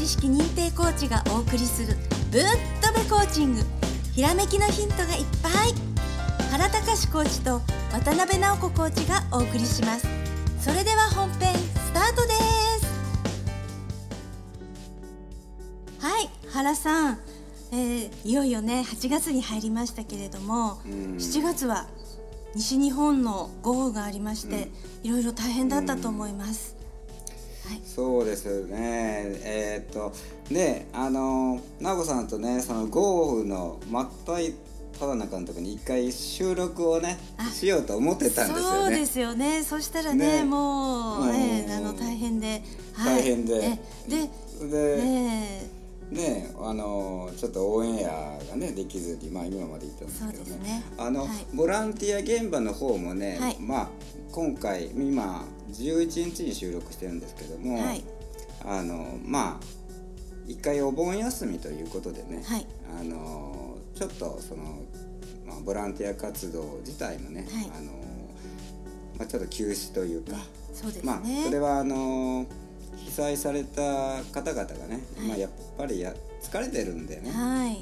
知識認定コーチがお送りするぶっとべコーチング。ひらめきのヒントがいっぱい。原隆コーチと渡辺直子コーチがお送りします。それでは本編スタートです。はい、原さん、いよいよね8月に入りましたけれども、7月は西日本の豪雨がありまして、いろいろ大変だったと思います。はい、 そうですね。直子さんとね、その豪雨の真っただ中のところに一回収録をねしようと思ってたんですよね。 そうですよね。そしたらね、もう、大変で、 大変で、ちょっとオンエアがねできずに、今まで言ったんですけどね。ボランティア現場の方もね、今回今11日に収録してるんですけども、一回お盆休みということでね、ちょっとその、ボランティア活動自体もね、ちょっと休止というか、 そうですね。 それは被災された方々がね、やっぱり疲れてるんでね、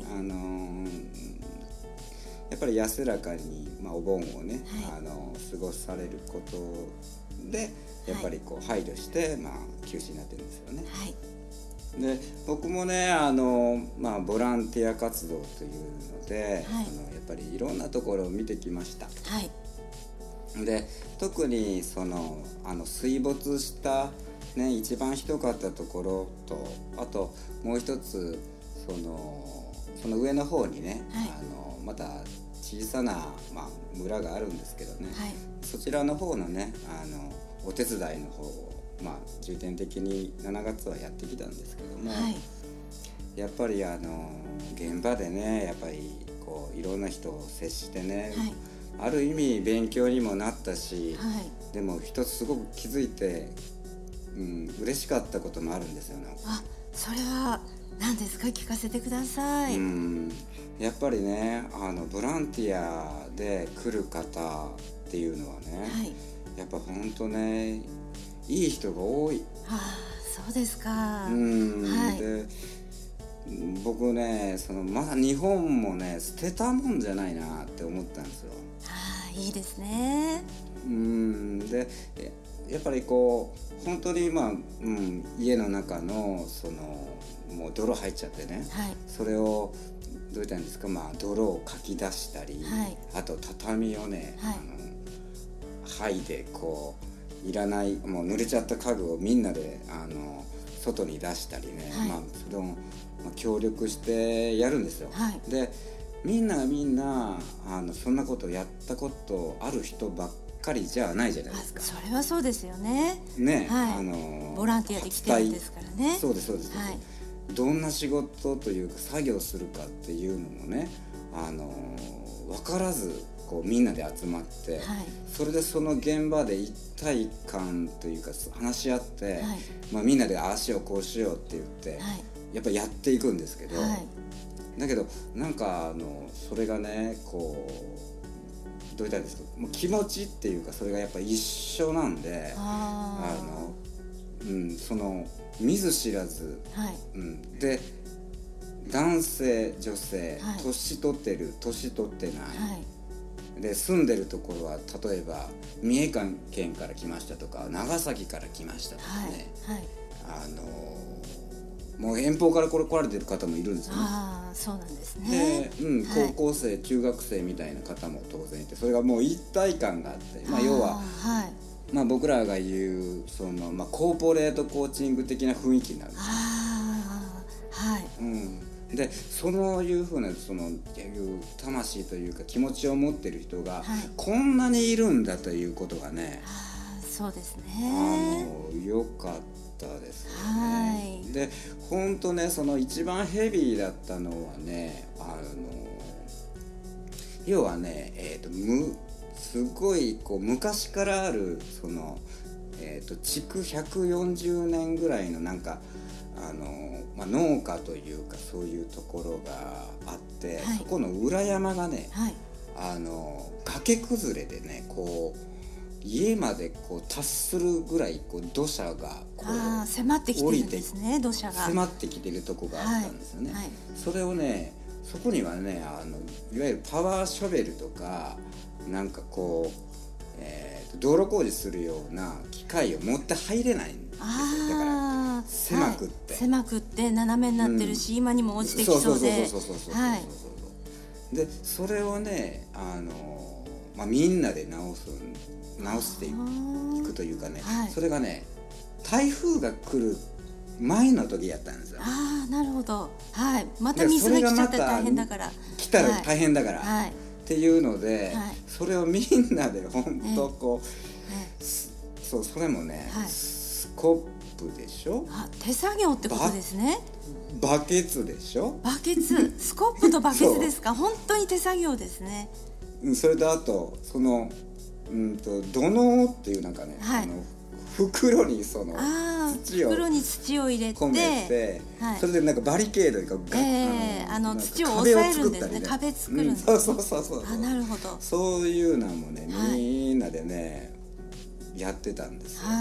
やっぱり安らかに、お盆をね、過ごされることでやっぱりこう配慮して、休止になってるんですよね。で僕もねボランティア活動というので、やっぱりいろんなところを見てきました。で特にその水没したね、一番ひどかったところと、あともう一つその上の方にね、また小さな、村があるんですけどね、そちらの方のねお手伝いの方を、重点的に7月はやってきたんですけども、やっぱり現場でね、やっぱりこういろんな人を接してね、ある意味勉強にもなったし、でも一つすごく気づいて嬉しかったこともあるんですよね。 それは何ですか？聞かせてください。 やっぱりねボランティアで来る方っていうのはね、やっぱほんとねいい人が多い。 そうですか。 で僕ねまだ日本もね捨てたもんじゃないなって思ったんですよ。 いいですね。 でやっぱりこう本当に家の中のもう泥入っちゃってね、それをどう言ったらいいんですか、泥をかき出したり、あと畳をね、剥いでこういらないもう濡れちゃった家具をみんなで外に出したりね、それを協力してやるんですよ。でみんなそんなことやったことある人ばっかりじゃないじゃないですか。 それはそうですよね。ボランティアで来てるんですからね。 そうです。どんな仕事というか作業するかっていうのもね分からずこうみんなで集まって、それでその現場で一体感というか話し合って、みんなでああしようこうしようって言って、やっぱりやっていくんですけど、だけどなんかそれがねこうどう言ったらいいんですか、もう気持ちっていうかそれがやっぱ一緒なんで、その見ず知らず、で男性女性、年取ってる年取ってない、で住んでるところは例えば三重県から来ましたとか長崎から来ましたとかね、もう遠方から来られてる方もいるんですよね。 そうなんですね。 で、高校生中学生みたいな方も当然いて、それがもう一体感があって、要は、僕らが言うコーポレートコーチング的な雰囲気になるんですよ。でそういうふうな魂というか気持ちを持ってる人が、こんなにいるんだということがね、 そうですね。 よかったですよね。で本当ね一番ヘビーだったのはね要はねすごいこう昔からある築140年ぐらいのなんか農家というかそういうところがあって、そこの裏山がね、崖崩れでねこう家までこう達するぐらいこう土砂がこう迫ってきてるんですね。土砂が迫ってきてるとこがあったんですよね。それをね、そこにはねいわゆるパワーショベルとかなんかこう、道路工事するような機械を持って入れないんですよ。だから狭くって斜めになってるし、今にも落ちてきそうで、 でそれをねみんなで直していくというかね、それがね台風が来る前の時やったんですよ。 なるほど。また水が来ちゃったら大変だから。 来たら大変だから、っていうので、それをみんなで本当こう、それもね、スコップでしょ。 手作業ってことですね。 バケツでしょ。 バケツ、スコップとバケツですか。本当に手作業ですね。 それとあとその土のうっていうなんかね、袋にその土を入れて込めて、それでなんかバリケードが土を抑えるんですね。壁作るんです。 そうなるほど。 そういうのもね、みんなでねやってたんですよ。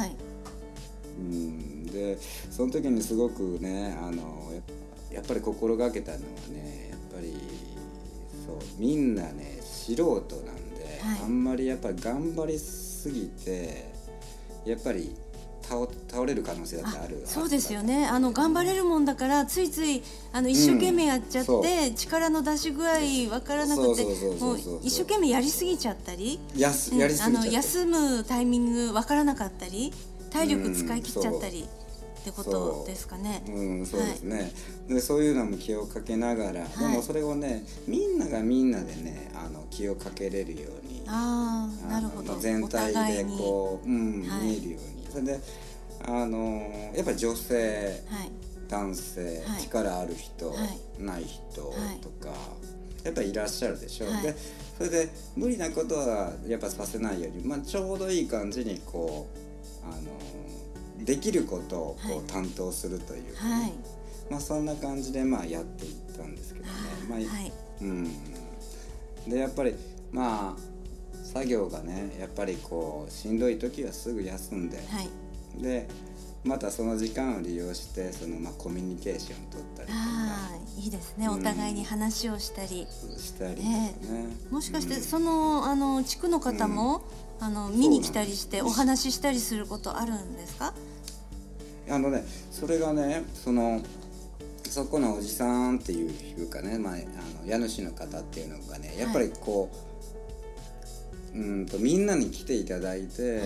でその時にすごくねやっぱり心がけたのはね、やっぱりみんなね素人なんで、あんまりやっぱり頑張りすぎてやっぱり倒れる可能性だってある。 そうですよね。頑張れるもんだからついつい一生懸命やっちゃって、力の出し具合わからなくて、もう一生懸命やりすぎちゃったり、休むタイミングわからなかったり、体力使い切っちゃったりってことですかね。 そうですね。でそういうのも気をかけながら、でもそれをねみんながみんなでね気をかけれるように、 なるほど。 全体でこう見えるように。それでやっぱり女性、男性、力ある人、ない人とかやっぱりいらっしゃるでしょ。でそれで無理なことはやっぱさせないように、ちょうどいい感じにこうできることをこう担当するというか、ね、そんな感じでやっていったんですけどね。でやっぱり作業がねやっぱりこうしんどい時はすぐ休んで、でまたその時間を利用してコミュニケーションを取ったりとか、 いいですね。お互いに話をしたりとかね。 もしかしてその地区の方も見に来たりしてお話ししたりすることあるんですか？ それがねそこのおじさんっていうかね、家主の方っていうのがねやっぱりこう、みんなに来ていただいて、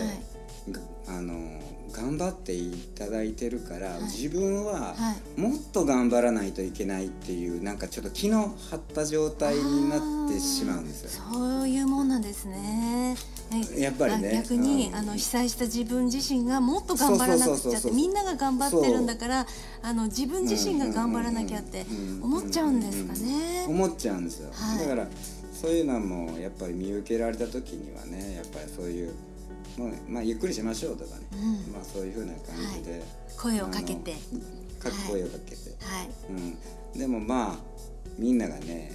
頑張っていただいてるから、自分はもっと頑張らないといけないっていうなんかちょっと気の張った状態になってしまうんですよ。 そういうもんなんですね。 やっぱりね、 逆に被災した自分自身がもっと頑張らなくちゃって、みんなが頑張ってるんだから自分自身が頑張らなきゃって思っちゃうんですかね。 思っちゃうんですよ。だからそういうのもやっぱり見受けられた時にはね、やっぱりそういうゆっくりしましょうとかね、そういう風な感じで、 声をかけて声をかけて、でもみんながね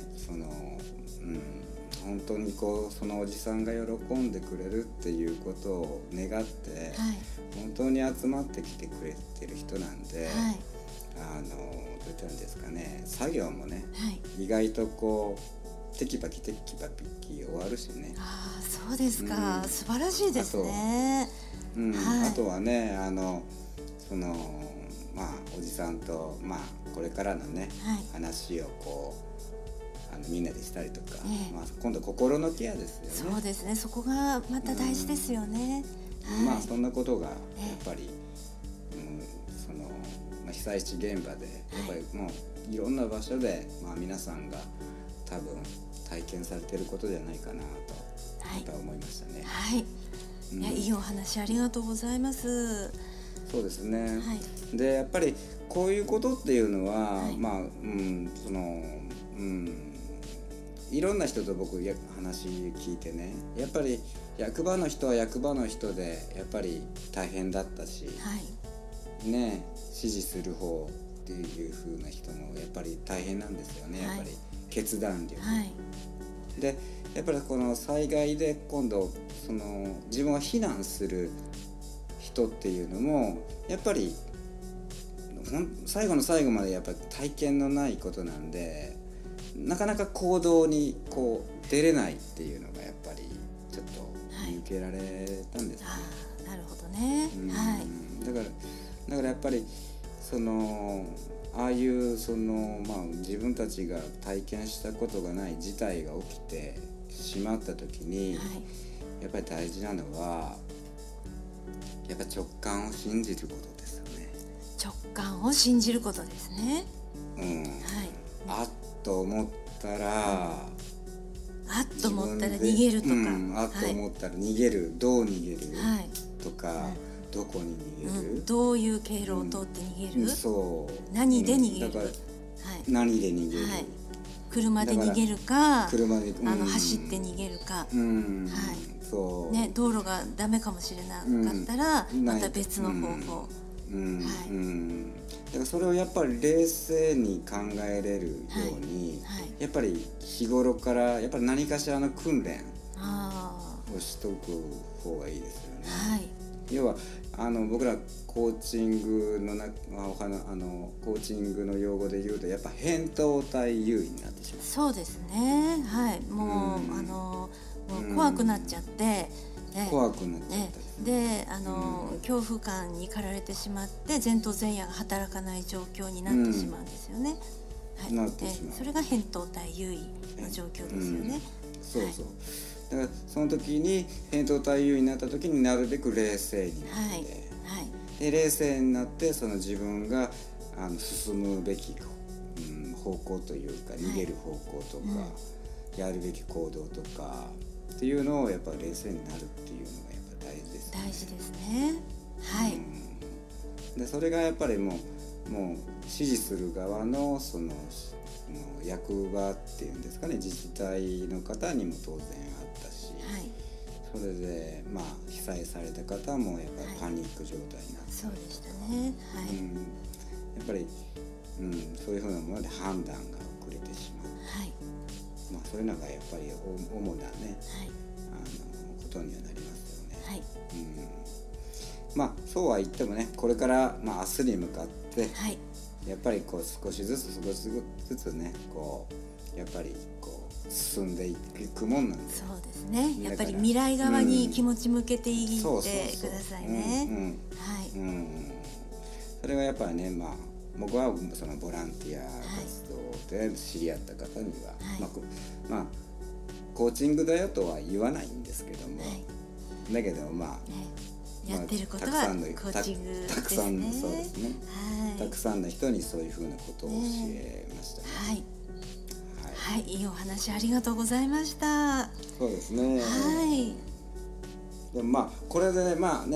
本当にそのおじさんが喜んでくれるっていうことを願って、本当に集まってきてくれてる人なんで、どういったんですかね、作業もね、意外とテキパキ終わるしね。 そうですか、素晴らしいですね。 あとはねおじさんとこれからのね、話をみんなでしたりとか、今度心のケアですよね。 そうですね、そこがまた大事ですよね。 そんなことがやっぱり、被災地現場でやっぱりもういろんな場所で、皆さんが多分体験されていることじゃないかなとやっぱ思いましたね。 いいお話ありがとうございます。 そうですね。でやっぱりこういうことっていうのは、いろんな人と僕話聞いてね、やっぱり役場の人は役場の人でやっぱり大変だったし、ね、指示する方っていう風な人もやっぱり大変なんですよね。やっぱり決断力、でやっぱりこの災害で今度その自分は避難する人っていうのもやっぱり最後の最後までやっぱり体験のないことなんで、なかなか行動にこう出れないっていうのがやっぱりちょっと見受けられたんですね。 なるほどね。 だからやっぱりそのああいうその自分たちが体験したことがない事態が起きてしまった時に、やっぱり大事なのはやっぱ直感を信じることですよね。 直感を信じることですね。 あっと思ったら、 あっと思ったら逃げるとか、 あっと思ったら逃げる、どう逃げる、とか、どこに逃げる、 どういう経路を通って逃げる、 何で逃げる、 何で逃げる、 車で逃げるか、 走って逃げるか、 道路がダメかもしれなかったら、また別の方法、 だからそれをやっぱり冷静に考えれるように、やっぱり日頃からやっぱり何かしらの訓練をしとく方がいいですよね。要は僕らコーチングのコーチングの用語で言うとやっぱ扁桃体優位になってしまう。 そうですね。もう怖くなっちゃって。 怖くなっちゃったで恐怖感に駆られてしまって前頭前野が働かない状況になってしまうんですよね。それが扁桃体優位の状況ですよね。 だからその時に扁桃体優位になった時になるべく冷静になって、で冷静になってその自分が進むべき、方向というか逃げる方向とか、やるべき行動とかっていうのをやっぱ冷静になるっていうのがやっぱ大事ですね。 大事ですね。 でそれがやっぱりもう指示する側のその役場っていうんですかね、自治体の方にも当然あったし、それで被災された方もやっぱりパニック状態になってそうでしたね。 やっぱり、そういうふうなもので判断が遅れてしまう。そういうのがやっぱり主なね、ことにはなりますよね。そうは言ってもね、これから明日に向かって、やっぱりこう少しずつねやっぱり進んでいくもんなんで。 そうですね。やっぱり未来側に気持ち向けていってくださいね。 それがやっぱりね、僕はそのボランティア活動で知り合った方には、コーチングだよとは言わないんですけども、だけどやってることはコーチングですね。 たくさんそうですね。たくさんの人にそういうふうなことを教えましたね。 いいお話ありがとうございました。 そうですね。でもこれで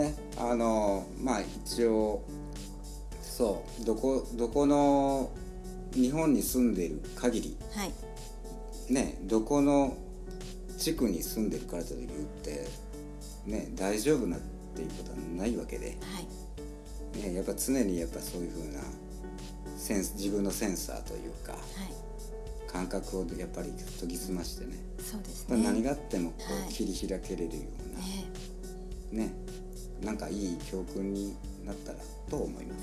一応どこの日本に住んでいる限り、どこの地区に住んでるからといって大丈夫なっていうことはないわけで、やっぱ常にやっぱそういう風な自分のセンサーというか、感覚をやっぱり研ぎ澄ましてね、何があっても切り開けれるような、なんかいい教訓になったらと思います。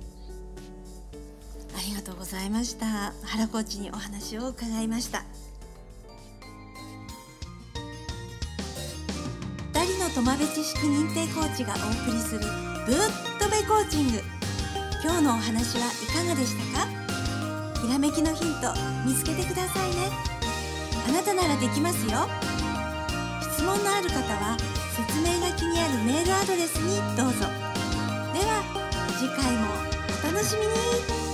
ありがとうございました。原コーチにお話を伺いました。2人のトマベ知識認定コーチがお送りするぶっとべコーチング。今日のお話はいかがでしたか？ひらめきのヒント見つけてくださいね。あなたならできますよ。質問のある方は説明書きにあるメールアドレスにどうぞ。では次回もお楽しみに。